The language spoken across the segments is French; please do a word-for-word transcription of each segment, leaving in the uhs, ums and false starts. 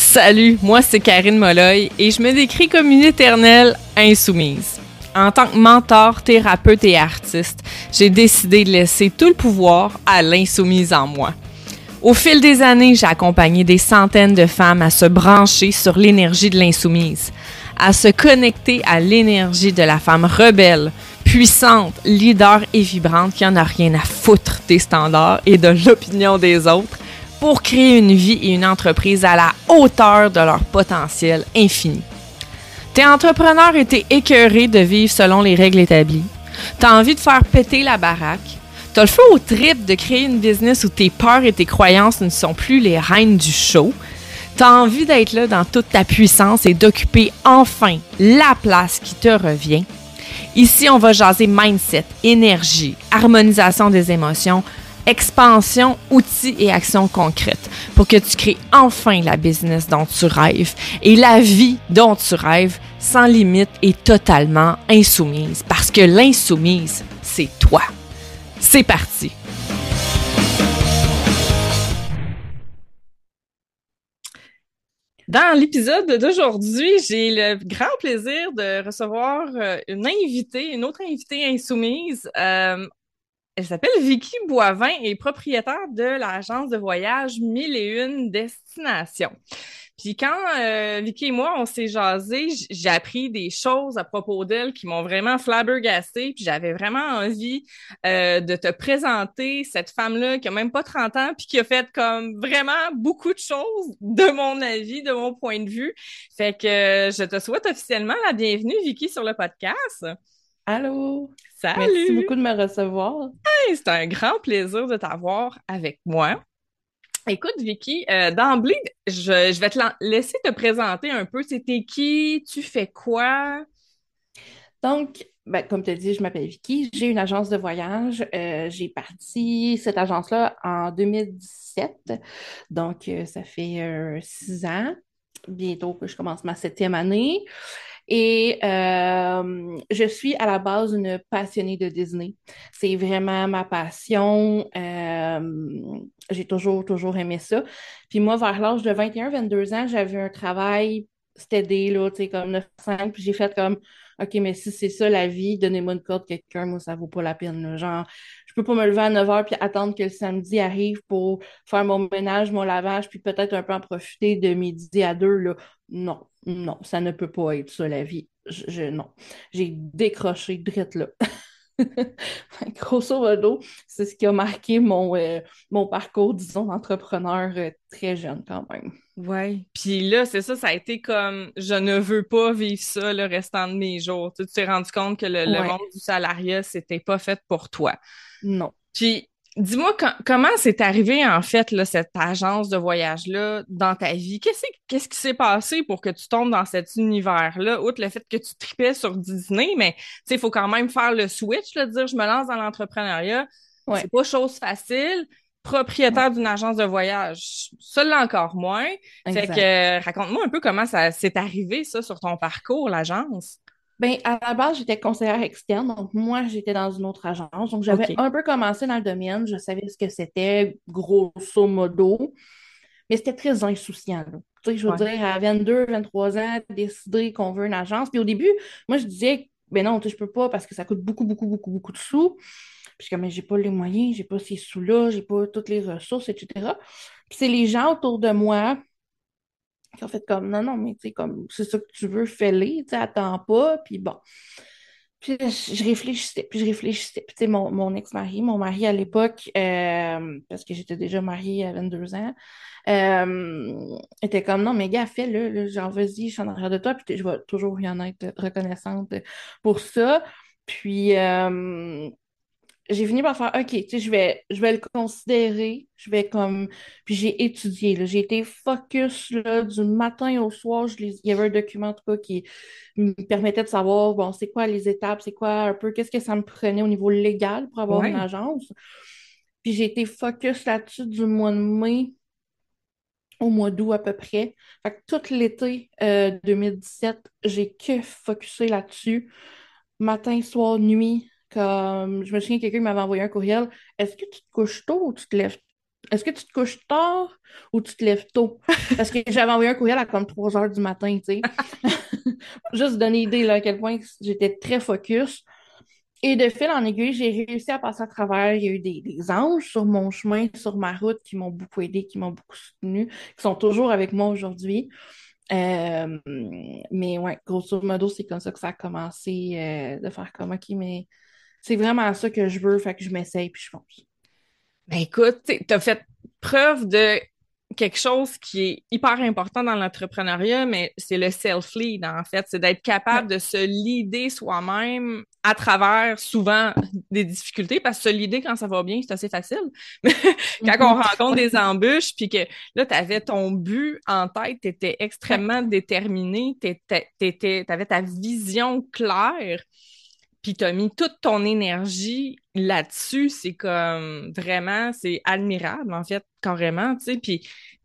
Salut, moi c'est Karine Molloy et je me décris comme une éternelle insoumise. En tant que mentor, thérapeute et artiste, j'ai décidé de laisser tout le pouvoir à l'insoumise en moi. Au fil des années, j'ai accompagné des centaines de femmes à se brancher sur l'énergie de l'insoumise, à se connecter à l'énergie de la femme rebelle, puissante, leader et vibrante qui en a rien à foutre des standards et de l'opinion des autres pour créer une vie et une entreprise à la hauteur de leur potentiel infini. T'es entrepreneur et t'es écœuré de vivre selon les règles établies. T'as envie de faire péter la baraque. T'as le feu au trip de créer une business où tes peurs et tes croyances ne sont plus les reines du show. T'as envie d'être là dans toute ta puissance et d'occuper enfin la place qui te revient. Ici, on va jaser mindset, énergie, harmonisation des émotions, expansion, outils et actions concrètes pour que tu crées enfin la business dont tu rêves et la vie dont tu rêves sans limite et totalement insoumise. Parce que l'insoumise, c'est toi. C'est parti! Dans l'épisode d'aujourd'hui, j'ai le grand plaisir de recevoir une invitée, une autre invitée insoumise. Euh, Elle s'appelle Vicky Boivin et est propriétaire de l'agence de voyage Mille et Une Destinations. Puis quand euh, Vicky et moi, on s'est jasé, j'ai appris des choses à propos d'elle qui m'ont vraiment flabbergastée. Puis j'avais vraiment envie euh, de te présenter cette femme-là qui a même pas trente ans puis qui a fait comme vraiment beaucoup de choses de mon avis, de mon point de vue. Fait que euh, je te souhaite officiellement la bienvenue, Vicky, sur le podcast. Allô! Merci Salut! beaucoup de me recevoir. Hey, c'est un grand plaisir de t'avoir avec moi. Écoute, Vicky, euh, d'emblée, je, je vais te la- laisser te présenter un peu. C'était qui? Tu fais quoi? Donc, ben, comme tu as dit, je m'appelle Vicky, j'ai une agence de voyage. Euh, j'ai parti cette agence-là en deux mille dix-sept. Donc, euh, ça fait euh, six ans, bientôt que je commence ma septième année. Et euh, je suis à la base une passionnée de Disney. C'est vraiment ma passion. Euh, j'ai toujours, toujours aimé ça. Puis moi, vers l'âge de vingt et un, vingt-deux ans, j'avais un travail steady, là, tu sais, comme neuf à cinq. Puis j'ai fait comme, OK, mais si c'est ça la vie, donnez-moi une corde quelqu'un, moi, ça vaut pas la peine, là. Genre, je peux pas me lever à neuf heures puis attendre que le samedi arrive pour faire mon ménage, mon lavage, puis peut-être un peu en profiter de midi à deux, là. Non, non, ça ne peut pas être ça, la vie. Je, je- non. J'ai décroché drette là. Grosso modo, c'est ce qui a marqué mon, euh, mon parcours, disons, d'entrepreneur euh, très jeune quand même. Ouais. Puis là, c'est ça, ça a été comme je ne veux pas vivre ça le restant de mes jours. Tu tu t'es rendu compte que le, le Ouais, monde du salariat, c'était pas fait pour toi. non. Puis dis-moi com- comment c'est arrivé en fait là, cette agence de voyage-là dans ta vie? Qu'est-ce, qui- qu'est-ce qui s'est passé pour que tu tombes dans cet univers-là? Outre le fait que tu tripais sur Disney, mais tu sais, il faut quand même faire le switch, là, de dire je me lance dans l'entrepreneuriat. Ouais, C'est pas chose facile. ouais, Propriétaire d'une agence de voyage, ça l'est encore moins. Fait que exact. euh, raconte-moi un peu comment ça s'est arrivé, ça, sur ton parcours, l'agence. Ben, à la base, j'étais conseillère externe, donc moi, j'étais dans une autre agence. Donc, j'avais OK. un peu commencé dans le domaine, je savais ce que c'était, grosso modo, mais c'était très insouciant, là. Tu sais, je veux Ouais. dire, à vingt-deux, vingt-trois ans, décider qu'on veut une agence. Puis au début, moi, je disais, ben non, tu sais, je peux pas parce que ça coûte beaucoup, beaucoup, beaucoup, beaucoup de sous. Puis je suis comme, mais j'ai pas les moyens, j'ai pas ces sous-là, j'ai pas toutes les ressources, et cetera. Puis c'est les gens autour de moi qui ont fait comme, non, non, mais tu sais, comme, c'est ça que tu veux, fais-le, tu sais, attends pas. Puis bon. Puis je je réfléchissais, puis je réfléchissais. Puis tu sais, mon, mon ex-mari, mon mari à l'époque, euh, parce que j'étais déjà mariée à vingt-deux ans, euh, était comme, non, mais gars, fais-le, là, genre, vas-y, je suis en arrière de toi, puis je vais toujours y en être reconnaissante pour ça. Puis, euh, j'ai fini par faire, OK, tu sais, je vais, je vais le considérer, je vais comme, puis j'ai étudié, là, j'ai été focus, là, du matin au soir, je lis- il y avait un document, en tout cas, qui me permettait de savoir, bon, c'est quoi les étapes, c'est quoi un peu, qu'est-ce que ça me prenait au niveau légal pour avoir une Ouais. agence. Puis j'ai été focus là-dessus du mois de mai au mois d'août à peu près. Fait que tout l'été euh, deux mille dix-sept, j'ai que focusé là-dessus. Matin, soir, nuit. Comme je me souviens, quelqu'un m'avait envoyé un courriel. Est-ce que tu te couches tôt ou tu te lèves est-ce que tu te couches tard ou tu te lèves tôt? Parce que j'avais envoyé un courriel à comme trois heures du matin, tu sais. Juste donner idée là, à quel point j'étais très focus. Et de fil en aiguille, j'ai réussi à passer à travers. Il y a eu des, des anges sur mon chemin, sur ma route, qui m'ont beaucoup aidé, qui m'ont beaucoup soutenu, qui sont toujours avec moi aujourd'hui. Euh, mais ouais, grosso modo, c'est comme ça que ça a commencé, euh, de faire comme, OK, mais c'est vraiment ça que je veux, fait que je m'essaye, puis je fonce. Ben écoute, tu as fait preuve de quelque chose qui est hyper important dans l'entrepreneuriat, mais c'est le self-lead, en fait. C'est d'être Ouais. capable de se leader soi-même à travers souvent des difficultés, parce que se leader quand ça va bien, c'est assez facile. Mais quand on Mhm. rencontre Ouais. des embûches, puis que là, tu avais ton but en tête, tu étais Ouais. extrêmement déterminé, tu avais ta vision claire, puis t'as mis toute ton énergie là-dessus, c'est comme vraiment, c'est admirable en fait, carrément, tu sais, puis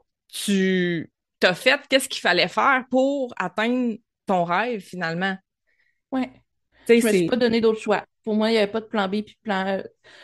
tu t'as fait qu'est-ce qu'il fallait faire pour atteindre ton rêve finalement. Ouais. Tu sais, Je me suis c'est pas donné d'autre choix. Pour moi, il n'y avait pas de plan B puis de plan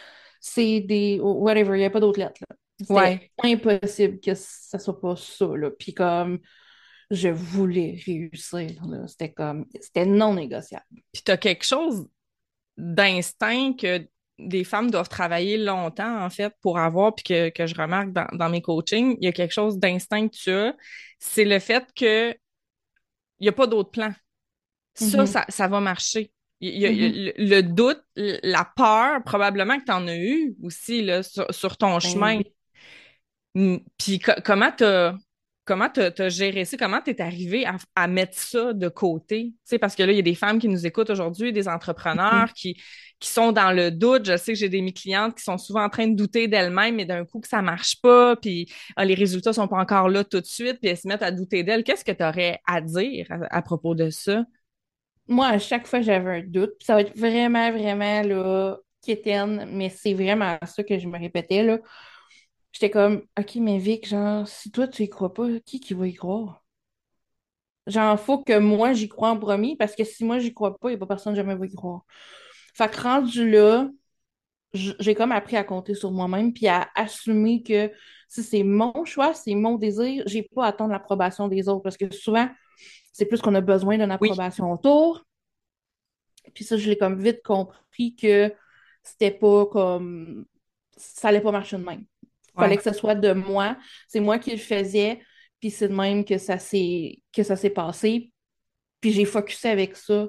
C, D, whatever. Il n'y avait pas d'autres lettres, là. C'était ouais. impossible que ça soit pas ça, là. Puis comme je voulais réussir, là. C'était comme, c'était non négociable. Puis t'as quelque chose d'instinct que des femmes doivent travailler longtemps en fait pour avoir, puis que, que je remarque dans, dans mes coachings, il y a quelque chose d'instinct que tu as, c'est le fait que il y a pas d'autre plan. Ça, Mhm. ça, ça va marcher. Il y a- il Mhm. y a le, le doute, la peur, probablement que tu en as eu aussi là, sur, sur ton Ben chemin. oui. Mm, Puis co- comment t'as comment t'as, t'as géré ça? Comment t'es arrivé à, à mettre ça de côté? Tu sais, parce que là, il y a des femmes qui nous écoutent aujourd'hui, des Mhm. entrepreneurs qui, qui sont dans le doute. Je sais que j'ai des mes clientes qui sont souvent en train de douter d'elles-mêmes, mais d'un coup que ça marche pas, puis ah, les résultats sont pas encore là tout de suite, puis elles se mettent à douter d'elles. Qu'est-ce que tu aurais à dire à, à propos de ça? Moi, à chaque fois, j'avais un doute. Puis ça va être vraiment, vraiment, là, quétaine, mais c'est vraiment ça que je me répétais, là. J'étais comme, OK, mais Vic, genre, si toi, tu y crois pas, qui qui va y croire? Genre, faut que moi, j'y crois en premier, parce que si moi, j'y crois pas, il n'y a pas personne jamais va y croire. Fait que rendu là, j- j'ai comme appris à compter sur moi-même, puis à assumer que si c'est mon choix, c'est mon désir, j'ai pas à attendre l'approbation des autres, parce que souvent, c'est plus qu'on a besoin d'une Oui, approbation autour. Puis ça, je l'ai comme vite compris que c'était pas comme... Ça allait pas marcher de même. Fallait ouais. que ce soit de moi. C'est moi qui le faisais, puis c'est de même que ça s'est que ça s'est passé. Puis j'ai focusé avec ça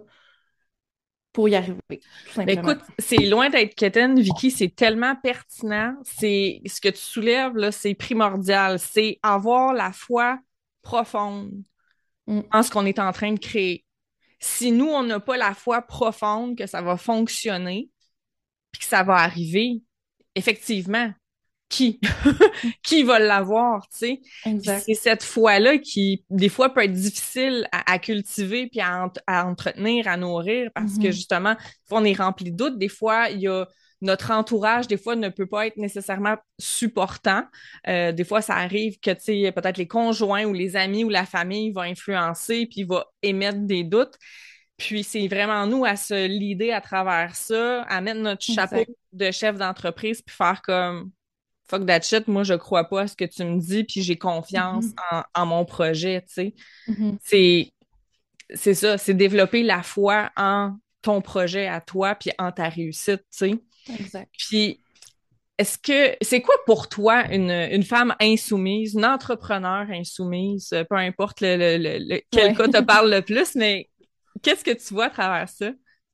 pour y arriver, tout Ben simplement. écoute, c'est loin d'être quétaine, Vicky, c'est tellement pertinent. C'est ce que tu soulèves là, c'est primordial. C'est avoir la foi profonde Mm, en ce qu'on est en train de créer. Si nous, on n'a pas la foi profonde que ça va fonctionner, puis que ça va arriver, effectivement, qui? mm, Qui va l'avoir, tu sais? Puis c'est exact. cette foi-là qui, des fois, peut être difficile à, à cultiver puis à, ent- à entretenir, à nourrir, parce que Mhm, justement, des fois, on est rempli de doutes. Des fois, il y a notre entourage, des fois, ne peut pas être nécessairement supportant. Euh, des fois, ça arrive que, tu sais, peut-être les conjoints ou les amis ou la famille vont influencer puis va émettre des doutes. Puis c'est vraiment nous à se leader à travers ça, à mettre notre chapeau exact. de chef d'entreprise puis faire comme fuck that shit, moi je crois pas à ce que tu me dis puis j'ai confiance Mhm, en, en mon projet, tu sais. mhm, C'est c'est ça, c'est développer la foi en ton projet à toi puis en ta réussite, tu sais. exact. Puis est-ce que c'est quoi pour toi une, une femme insoumise, une entrepreneur insoumise, peu importe le, le, le, le- quel Ouais. cas te parle le plus, mais qu'est-ce que tu vois à travers ça?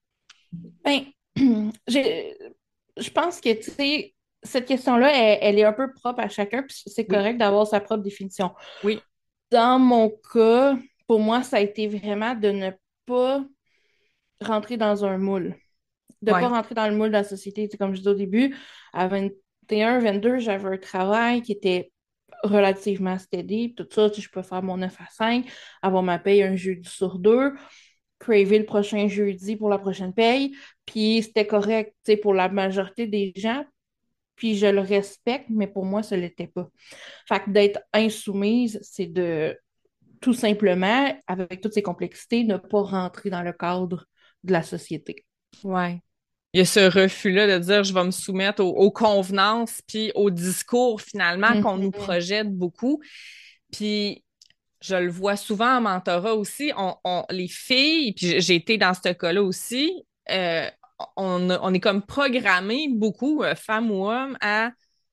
Ben, j'ai, je pense que, tu sais, cette question-là, elle, elle est un peu propre à chacun, puis c'est Oui, correct d'avoir sa propre définition. oui, Dans mon cas, pour moi, ça a été vraiment de ne pas rentrer dans un moule, de ne pas ouais, rentrer dans le moule de la société. Tu sais, comme je disais au début, à vingt et un, vingt-deux, j'avais un travail qui était relativement steady, tout ça, tu sais, je peux faire mon neuf à cinq, avoir ma paye un jeudi sur deux, craver le prochain jeudi pour la prochaine paye, puis c'était correct, tu sais, pour la majorité des gens, puis je le respecte, mais pour moi, ce l'était pas. Fait que d'être insoumise, c'est de tout simplement, avec toutes ces complexités, ne pas rentrer dans le cadre de la société. ouais. Il y a ce refus-là de dire je vais me soumettre aux, aux convenances puis au discours finalement qu'on nous Mhm. projette beaucoup. Puis je le vois souvent en mentorat aussi, on, on- les filles, puis j'ai été dans ce cas-là aussi, euh, on, on est comme programmé beaucoup, euh, femmes ou hommes, à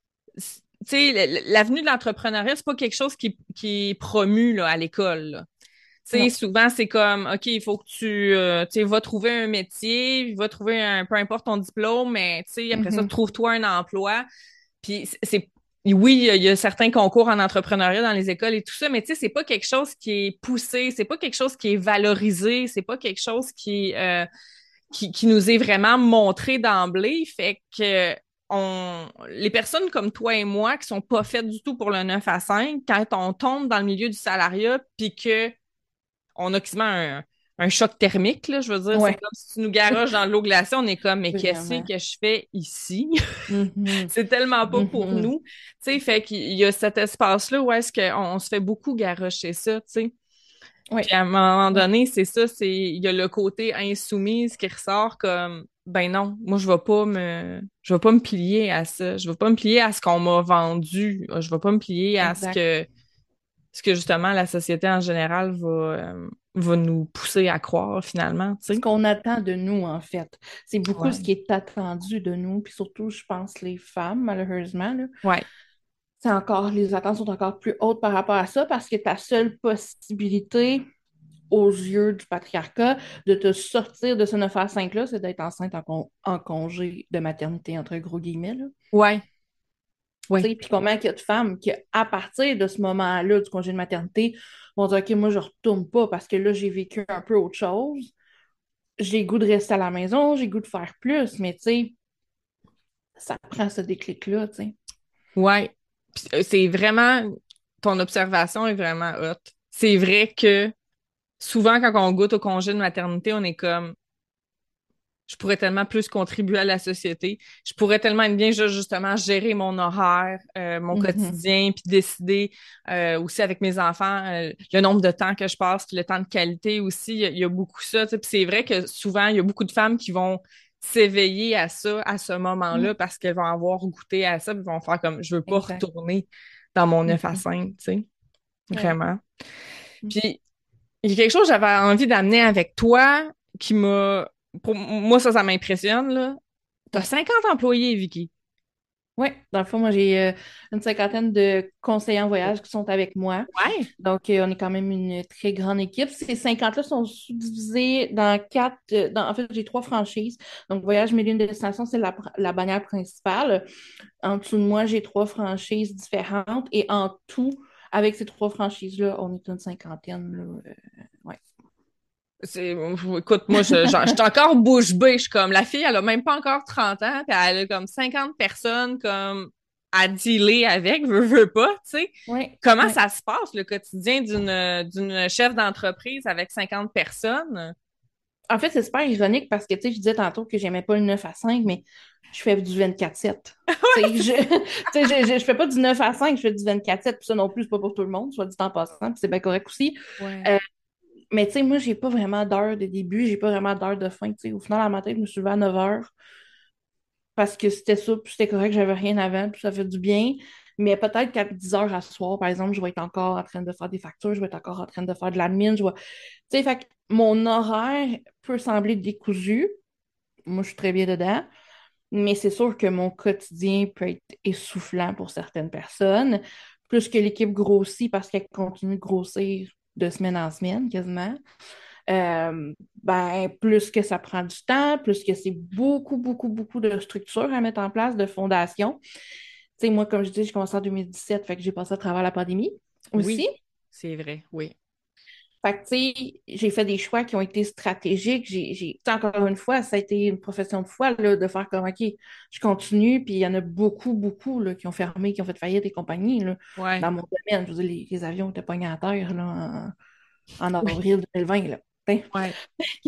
tu sais, l'avenue de l'entrepreneuriat, c'est pas quelque chose qui, qui est promu là, à l'école, là. Tu sais, Non. souvent, c'est comme, OK, il faut que tu, euh, tu sais, vas trouver un métier, va trouver un, peu importe ton diplôme, mais tu sais, après ça, Mhm. trouve-toi un emploi. Puis c'est, oui, il y, a, il y a certains concours en entrepreneuriat dans les écoles et tout ça, mais tu sais, c'est pas quelque chose qui est poussé, c'est pas quelque chose qui est valorisé, c'est pas quelque chose qui, euh, qui, qui nous est vraiment montré d'emblée. Fait que on, les personnes comme toi et moi qui sont pas faites du tout pour le neuf à cinq, quand on tombe dans le milieu du salariat, puis que on a quasiment un, un choc thermique, là, je veux dire, c'est Ouais, comme si tu nous garoches dans l'eau glacée, on est comme, mais qu'est-ce vraiment. que je fais ici? Mhm. C'est tellement pas pour Mhm. nous. Tu sais, fait qu'il y a cet espace-là où est-ce qu'on on se fait beaucoup garrocher ça, tu sais. Puis Ouais. à un moment Ouais. donné, c'est ça, c'est il y a le côté insoumise qui ressort comme ben non, moi je vais pas me je vais pas me plier à ça, je vais pas me plier à ce qu'on m'a vendu, je vais pas me plier à ce Exact. que ce que justement la société en général va euh, va nous pousser à croire finalement, tu Ce sais. qu'on attend de nous, en fait. C'est beaucoup ce Ouais. qui est attendu de nous, puis surtout, je pense, les femmes, malheureusement, là. Ouais. C'est encore, les attentes sont encore plus hautes par rapport à ça parce que ta seule possibilité aux yeux du patriarcat de te sortir de ce neuf à cinq-là, c'est d'être enceinte en, con- en congé de maternité, entre gros guillemets, là. Ouais. Tu Ouais. sais, puis combien il y a de femmes qui, à partir de ce moment-là, du congé de maternité, vont dire, OK, moi, je retourne pas parce que là, j'ai vécu un peu autre chose. J'ai le goût de rester à la maison, j'ai le goût de faire plus, mais tu sais, ça prend ce déclic-là, tu sais. Ouais. Puis, euh, c'est vraiment ton observation est vraiment hot. C'est vrai que souvent quand on goûte au congé de maternité, on est comme je pourrais tellement plus contribuer à la société. Je pourrais tellement être bien juste, justement gérer mon horaire, euh, mon Mhm. quotidien, puis décider euh, aussi avec mes enfants euh, le nombre de temps que je passe, puis le temps de qualité aussi. Il y a, il y a beaucoup ça. Tu sais. Puis c'est vrai que souvent, il y a beaucoup de femmes qui vont s'éveiller à ça à ce moment-là Mhm. parce qu'elles vont avoir goûté à ça, puis vont faire comme je veux pas Exact. retourner dans mon neuf à Mhm. cinq, tu sais. Ouais. Vraiment. Puis il y a quelque chose que j'avais envie d'amener avec toi qui m'a. Pour moi, ça, ça m'impressionne, là. T'as Ouais. cinquante employés, Vicky. Ouais. Dans le fond, moi, j'ai euh, une cinquantaine de conseillers en voyage qui sont avec moi. Ouais. Donc, euh, on est quand même une très grande équipe. Ces cinquante là sont subdivisés dans quatre. Euh, dans- en fait, j'ai trois franchises. Donc, Voyage Mille et une Destinations, c'est la, pr- la bannière principale. En dessous de moi, j'ai trois franchises différentes. Et en tout, avec ces trois franchises-là, on est une cinquantaine, là. Euh, ouais. C'est, écoute, moi, je, genre, je suis encore bouche bée. Je suis comme, la fille, elle a même pas encore trente ans, puis elle a comme cinquante personnes, comme, à dealer avec, veut, veut pas, tu sais. Ouais. Comment Ouais. ça se passe, le quotidien d'une, d'une chef d'entreprise avec cinquante personnes? En fait, c'est super ironique parce que, tu sais, je disais tantôt que j'aimais pas le neuf à cinq, mais je fais du vingt-quatre sept. Tu sais, je, tu sais, je, je, je fais pas du neuf à cinq, je fais du vingt-quatre sept, puis ça non plus, c'est pas pour tout le monde, soit dit en passant, puis c'est bien correct aussi. Ouais. Euh, mais tu sais, moi, j'ai pas vraiment d'heure de début, j'ai pas vraiment d'heure de fin. Tu sais, au final, à matin, je me suis levée à neuf heures parce que c'était ça, puis c'était correct, j'avais rien avant, puis ça fait du bien. Mais peut-être qu'à dix heures à soir, par exemple, je vais être encore en train de faire des factures, je vais être encore en train de faire de l'admin, je vais... Tu sais, fait que mon horaire peut sembler décousu. Moi, je suis très bien dedans. Mais c'est sûr que mon quotidien peut être essoufflant pour certaines personnes. Plus que l'équipe grossit parce qu'elle continue de grossir de semaine en semaine, quasiment. Euh, ben, plus que ça prend du temps, plus que c'est beaucoup, beaucoup, beaucoup de structures à mettre en place, de fondations. Tu sais, moi, comme je dis, j'ai commencé en deux mille dix-sept, fait que j'ai passé à travers la pandémie aussi. Oui, c'est vrai, oui. Fait que, tu sais, j'ai fait des choix qui ont été stratégiques. J'ai, j'ai, tu sais, encore une fois, ça a été une profession de foi, là, de faire comme, OK, je continue. Puis il y en a beaucoup, beaucoup, là, qui ont fermé, qui ont fait faillite et compagnie, là, Ouais. dans mon domaine. Je veux dire, les, les avions étaient pognés à terre, là, en, en Oui. avril deux mille vingt, là. T'sais. Ouais.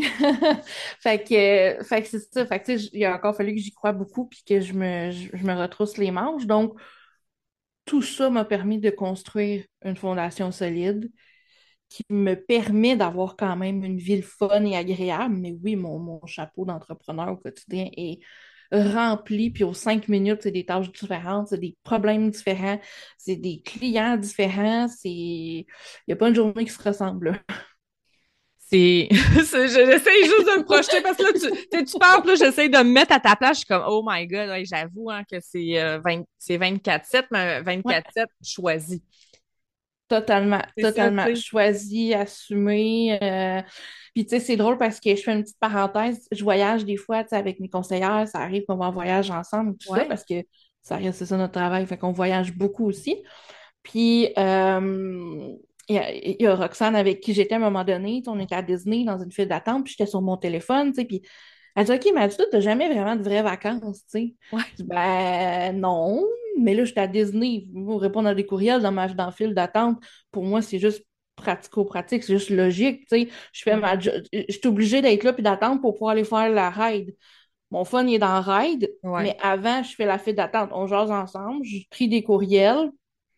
Fait que, fait que c'est ça. Fait que, tu sais, il a encore fallu que j'y croie beaucoup puis que je me, je, je me retrousse les manches. Donc, tout ça m'a permis de construire une fondation solide qui me permet d'avoir quand même une vie le fun et agréable. Mais oui, mon, mon chapeau d'entrepreneur au quotidien est rempli, puis aux cinq minutes, c'est des tâches différentes, c'est des problèmes différents, c'est des clients différents, c'est... Il n'y a pas une journée qui se ressemble, là. C'est, c'est- je- j'essaie juste de me projeter parce que là, tu, tu sais, tu parles, puis là, j'essaie de me mettre à ta place. Je suis comme, oh my God, ouais, j'avoue hein, que c'est euh, vingt c'est vingt-quatre sept, mais Ouais, vingt-quatre sept choisi. totalement, C'est ça, tu totalement. sais. Choisi, assumé. euh, Puis, tu sais, c'est drôle parce que je fais une petite parenthèse. Je voyage des fois, tu sais, avec mes conseillères. Ça arrive qu'on va en voyage ensemble, tout ça, Ouais, parce que ça reste, c'est ça notre travail. Fait qu'on voyage beaucoup aussi. Puis, euh, il y a, il y a Roxane avec qui j'étais à un moment donné. Tu sais, on était à Disney dans une file d'attente, puis j'étais sur mon téléphone, tu sais, puis elle dit, OK, mais elle dit, toi, t'as jamais vraiment de vraies vacances, tu sais. ouais. Je dis, ben non, mais là, j'étais à Disney. Vous répondre à des courriels dans ma dans le file d'attente, pour moi, c'est juste pratico-pratique, c'est juste logique, tu sais. Je fais Ouais. ma jo- je suis obligée d'être là puis d'attendre pour pouvoir aller faire la ride. Mon fun, il est dans la ride, Ouais. mais avant, je fais la file d'attente. On jase ensemble, je trie des courriels,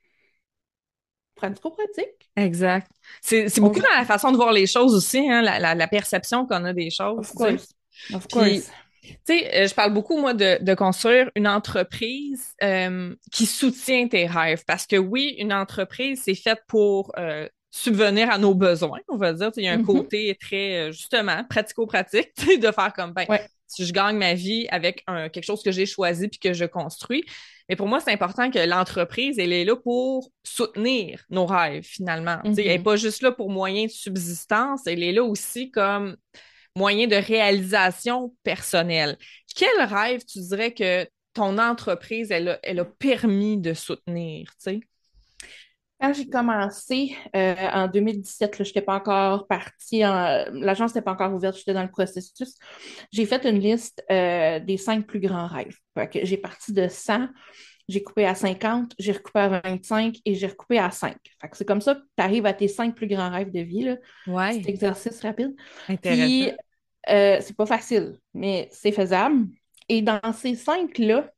pratico-pratique. Exact. C'est, c'est On beaucoup jase. dans la façon de voir les choses aussi, hein, la, la, la perception qu'on a des choses, Of tu sais. course. Of Puis, course. tu sais, euh, je parle beaucoup, moi, de, de construire une entreprise euh, qui soutient tes rêves. Parce que oui, une entreprise, c'est faite pour euh, subvenir à nos besoins, on va dire. Tu sais, il y a un Mhm. côté très, euh, justement, pratico-pratique, tu sais, de faire comme, ben, Ouais. si je gagne ma vie avec un, quelque chose que j'ai choisi puis que je construis. Mais pour moi, c'est important que l'entreprise, elle est là pour soutenir nos rêves, finalement. Tu sais, elle n'est Mhm. pas juste là pour moyen de subsistance, elle est là aussi comme moyen de réalisation personnelle. Quel rêve tu dirais que ton entreprise, elle a, elle a permis de soutenir, tu sais? Quand j'ai commencé euh, en deux mille dix-sept, je n'étais pas encore partie, en... l'agence n'était pas encore ouverte, j'étais dans le processus. J'ai fait une liste euh, des cinq plus grands rêves. Fait que j'ai parti de cent, j'ai coupé à cinquante, j'ai recoupé à vingt-cinq et j'ai recoupé à cinq. Fait que c'est comme ça que tu arrives à tes cinq plus grands rêves de vie, là. Petit Ouais, exercice rapide. Puis, intéressant. euh, c'est pas facile, mais c'est faisable. Et dans ces cinq-là,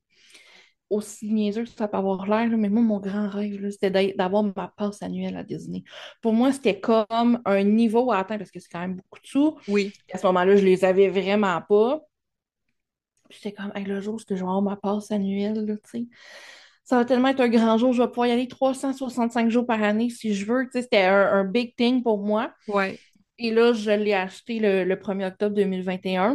aussi niaiseux que ça peut avoir l'air, là, mais moi, mon grand rêve, là, c'était d'a- d'avoir ma passe annuelle à Disney. Pour moi, c'était comme un niveau à atteindre parce que c'est quand même beaucoup de sous. Oui, À ce moment-là, je les avais vraiment pas. J'étais comme, hey, le jour où je vais avoir ma passe annuelle, là, tu sais, ça va tellement être un grand jour. Je vais pouvoir y aller trois cent soixante-cinq jours par année si je veux. Tu sais, c'était un, un big thing pour moi. ouais. Et là, je l'ai acheté le, le premier octobre deux mille vingt et un.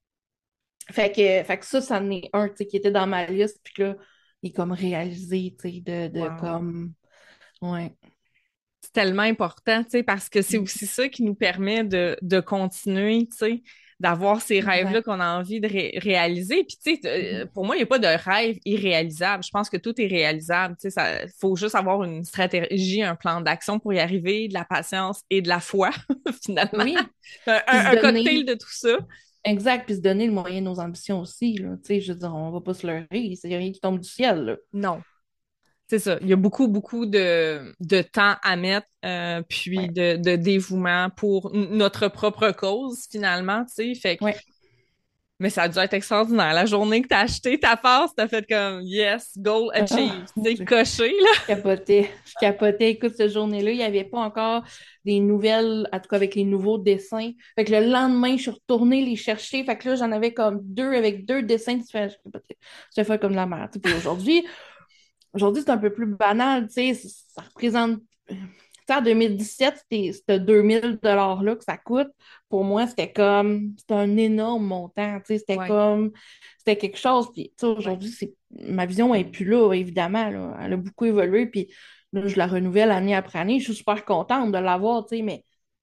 Fait que, fait que ça, ça en est un, tu sais, qui était dans ma liste. Puis que là, il est comme réalisé, tu sais, de, de Wow. comme. Ouais. C'est tellement important, tu sais, parce que c'est aussi ça qui nous permet de, de continuer, tu sais, d'avoir ces rêves-là Exact. qu'on a envie de ré- réaliser. Puis, tu sais, euh, Mhm. pour moi, il n'y a pas de rêve irréalisable. Je pense que tout est réalisable. Tu sais, ça, faut juste avoir une stratégie, un plan d'action pour y arriver, de la patience et de la foi, finalement. Oui. Un, Puis se un- un cocktail donner, de tout ça. exact, puis se donner le moyen de nos ambitions aussi, là. Tu sais, je veux dire, on va pas se leurrer, c'est rien qui tombe du ciel, là. Non. C'est ça. Il y a beaucoup, beaucoup de, de temps à mettre, euh, puis Ouais. de, de dévouement pour n- notre propre cause, finalement, tu sais. Fait que Ouais. mais ça a dû être extraordinaire. La journée que t'as acheté ta passe, t'as fait comme yes, goal Ah, achieved. mon Tu sais, Dieu. coché, là. Je capotais. Je capotais. Écoute, cette journée-là, il n'y avait pas encore des nouvelles, en tout cas avec les nouveaux dessins. Fait que le lendemain, je suis retournée les chercher. Fait que là, j'en avais comme deux avec deux dessins différents. Je capotais. J'ai fait comme de la merde. Puis aujourd'hui, aujourd'hui, c'est un peu plus banal, tu sais. Ça représente. Tu sais, en deux mille dix-sept, c'était c'était deux mille dollars-là que ça coûte. Pour moi, c'était comme. C'était un énorme montant, tu sais. C'était Ouais, comme. C'était quelque chose. Puis, tu sais, ouais. aujourd'hui, c'est ma vision n'est plus là, évidemment. Là. Elle a beaucoup évolué. Puis là, je la renouvelle année après année. Je suis super contente de l'avoir, tu sais, mais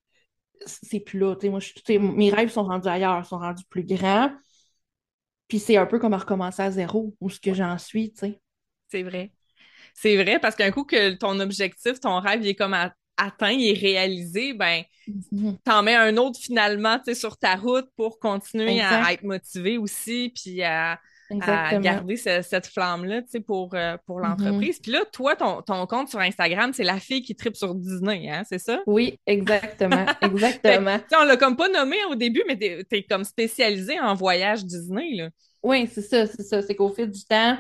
c'est plus là. Tu sais, moi, je, tu sais, mes rêves sont rendus ailleurs, sont rendus plus grands. Puis c'est un peu comme à recommencer à zéro, où ce que Ouais. j'en suis, tu sais. C'est vrai. C'est vrai, parce qu'un coup que ton objectif, ton rêve, il est comme a- atteint, il est réalisé, ben, Mhm. t'en mets un autre finalement, tu sais, sur ta route pour continuer à, à Exact. être motivé aussi, puis à, à Exactement. garder ce- cette flamme-là, tu sais, pour, euh, pour Mhm. l'entreprise. Puis là, toi, ton, ton compte sur Instagram, c'est la fille qui tripe sur Disney, hein, c'est ça? Oui, exactement. Fait que, tu Exactement. sais, on l'a comme pas nommé au début, mais t'es, t'es comme spécialisé en voyage Disney, là. Oui, c'est ça, c'est ça. C'est qu'au fil du temps,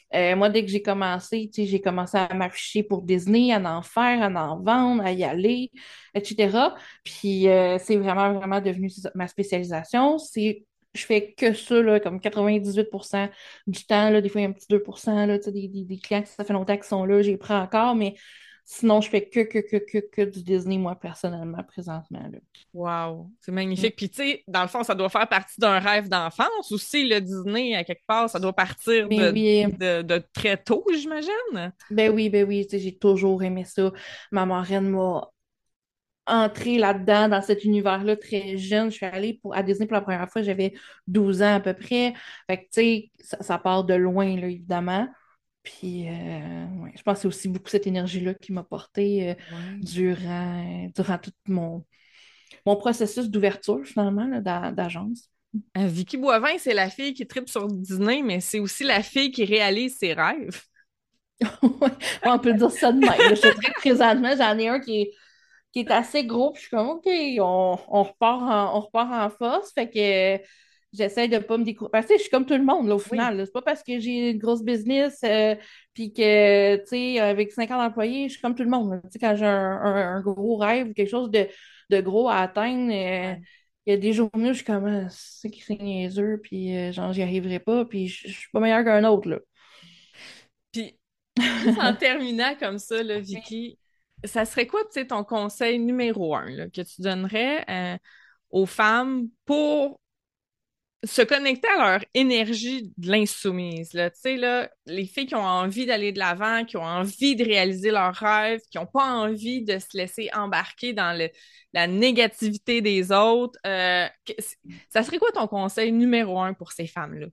Euh, moi, dès que j'ai commencé, tu sais, j'ai commencé à m'afficher pour Disney, à en faire, à en vendre, à y aller, et cetera. Puis euh, c'est vraiment, vraiment devenu ça, ma spécialisation. C'est, je fais que ça, là, comme quatre-vingt-dix-huit pour cent du temps, là, des fois, il y a un petit deux pour cent là, tu sais, des, des, des clients que ça fait longtemps qu'ils sont là, j'ai pris encore, mais sinon, je fais que, que, que, que, que du Disney, moi, personnellement, présentement, là. Wow, c'est Mm. magnifique. Puis tu sais, dans le fond, ça doit faire partie d'un rêve d'enfance aussi, le Disney, à quelque part, ça doit partir Mais de, oui, de, de très tôt, j'imagine. ben oui, ben oui, tu sais, j'ai toujours aimé ça. Ma marraine m'a entrée là-dedans, dans cet univers-là, très jeune. Je suis allée pour, à Disney pour la première fois, j'avais douze ans à peu près. Fait que, tu sais, ça, ça part de loin, là, évidemment. Puis, euh, ouais, je pense que c'est aussi beaucoup cette énergie-là qui m'a portée euh, Ouais. durant, durant tout mon, mon processus d'ouverture, finalement, là, d'a- d'agence. Euh, Vicky Boivin, c'est la fille qui tripe sur Disney, mais c'est aussi la fille qui réalise ses rêves. Ouais, on peut dire ça de même. Là. Je te dirais que présentement, j'en ai un qui est qui est assez gros. Puis je suis comme, OK, on, on repart en, on repart en force. Fait que euh, j'essaie de pas me décourager. Parce que tu sais, je suis comme tout le monde, là, au Oui. final. là. C'est pas parce que j'ai une grosse business, euh, puis que, tu sais, avec cinquante employés, je suis comme tout le monde. là. Tu sais, quand j'ai un, un- un gros rêve ou quelque chose de, de gros à atteindre, euh, Ouais. il y a des journées où je suis comme, ah, c'est qui c'est niaiseux, puis euh, genre, j'y arriverai pas, puis je je suis pas meilleure qu'un autre, là. Puis, juste en terminant comme ça, là, Vicky, ça serait quoi, tu sais, ton conseil numéro un, là, que tu donnerais euh, aux femmes pour se connecter à leur énergie de l'insoumise, là. Tu sais, là, les filles qui ont envie d'aller de l'avant, qui ont envie de réaliser leurs rêves, qui n'ont pas envie de se laisser embarquer dans le, la négativité des autres, euh, que- ça serait quoi ton conseil numéro un pour ces femmes-là?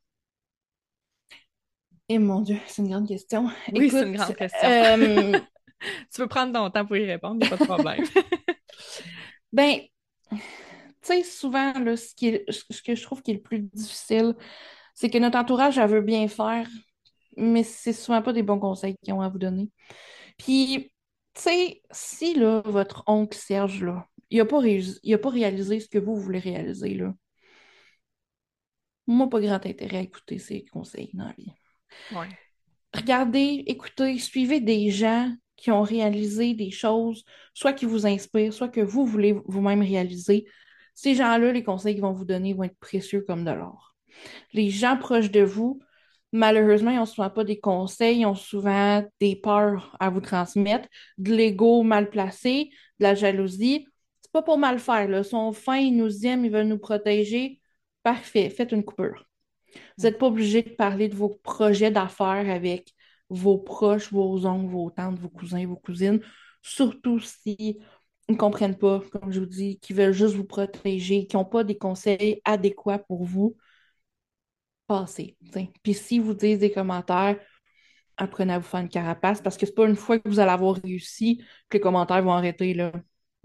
Et mon Dieu, c'est une grande question. Oui, c'est une Écoute, grande question. euh, Tu peux prendre ton temps pour y répondre, il n'y a pas de problème. ben, tu sais, souvent, là, ce qui est- ce que je trouve qui est le plus difficile, c'est que notre entourage, elle veut bien faire, mais c'est souvent pas des bons conseils qu'ils ont à vous donner. Puis, tu sais, si, là, votre oncle Serge, là, il a pas réussi- il a pas réalisé ce que vous voulez réaliser, là, moi, pas grand intérêt à écouter ses conseils dans la vie. Ouais. Regardez, écoutez, suivez des gens qui ont réalisé des choses, soit qui vous inspirent, soit que vous voulez vous-même réaliser. Ces gens-là, les conseils qu'ils vont vous donner vont être précieux comme de l'or. Les gens proches de vous, malheureusement, ils n'ont souvent pas des conseils, ils ont souvent des peurs à vous transmettre, de l'ego mal placé, de la jalousie. C'est pas pour mal faire, là. Ils sont fins, ils nous aiment, ils veulent nous protéger. Parfait, faites une coupure. Vous n'êtes pas obligé de parler de vos projets d'affaires avec vos proches, vos oncles, vos tantes, vos cousins, vos cousines, surtout si ils ne comprennent pas, comme je vous dis, qui veulent juste vous protéger, qui n'ont pas des conseils adéquats pour vous, passez. T'sais. Puis si vous disent des commentaires, apprenez à vous faire une carapace parce que c'est pas une fois que vous allez avoir réussi que les commentaires vont arrêter là.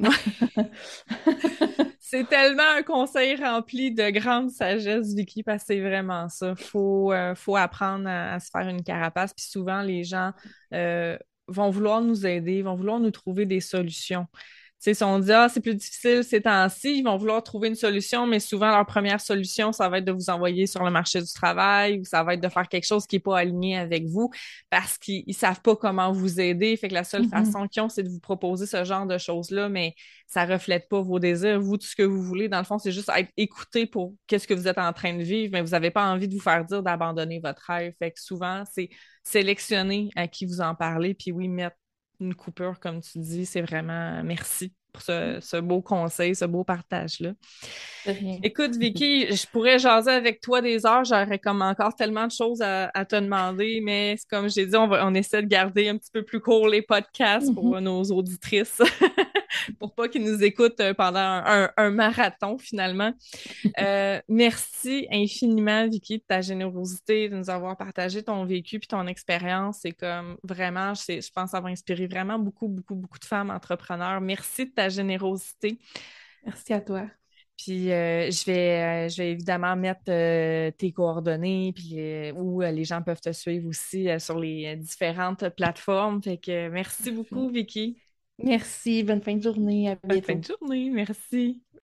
C'est tellement un conseil rempli de grande sagesse, Vicky, parce que c'est vraiment ça. Faut, euh, faut apprendre à, à se faire une carapace. Puis souvent, les gens euh, vont vouloir nous aider, vont vouloir nous trouver des solutions. Tu sais, si on dit, ah, c'est plus difficile ces temps-ci, ils vont vouloir trouver une solution, mais souvent, leur première solution, ça va être de vous envoyer sur le marché du travail ou ça va être de faire quelque chose qui n'est pas aligné avec vous parce qu'ils ne savent pas comment vous aider. Fait que la seule Mhm. façon qu'ils ont, c'est de vous proposer ce genre de choses-là, mais ça reflète pas vos désirs. Vous, tout ce que vous voulez, dans le fond, c'est juste être écouté pour qu'est-ce que vous êtes en train de vivre, mais vous n'avez pas envie de vous faire dire d'abandonner votre rêve. Fait que souvent, c'est sélectionner à qui vous en parlez, puis oui, mettre une coupure, comme tu dis, c'est vraiment merci pour ce, ce beau conseil, ce beau partage-là. De rien. Écoute, Vicky, je pourrais jaser avec toi des heures. J'aurais comme encore tellement de choses à, à te demander, mais c'est comme j'ai dit, on va, on essaie de garder un petit peu plus court les podcasts pour Mhm. euh, nos auditrices, pour pas qu'ils nous écoutent euh, pendant un, un- un marathon finalement. Euh, merci infiniment, Vicky, de ta générosité, de nous avoir partagé ton vécu puis ton expérience. C'est comme vraiment, c'est- je pense, que ça va inspirer vraiment beaucoup, beaucoup, beaucoup de femmes entrepreneurs. Merci de ta générosité. Merci à toi. Puis euh, je vais, euh, je vais évidemment mettre euh, tes coordonnées puis euh, où euh, les gens peuvent te suivre aussi euh, sur les euh, différentes plateformes. Fait que euh, merci beaucoup, Parfait. Vicky. Merci, bonne fin de journée, à Bonne fin bientôt. de journée. Merci.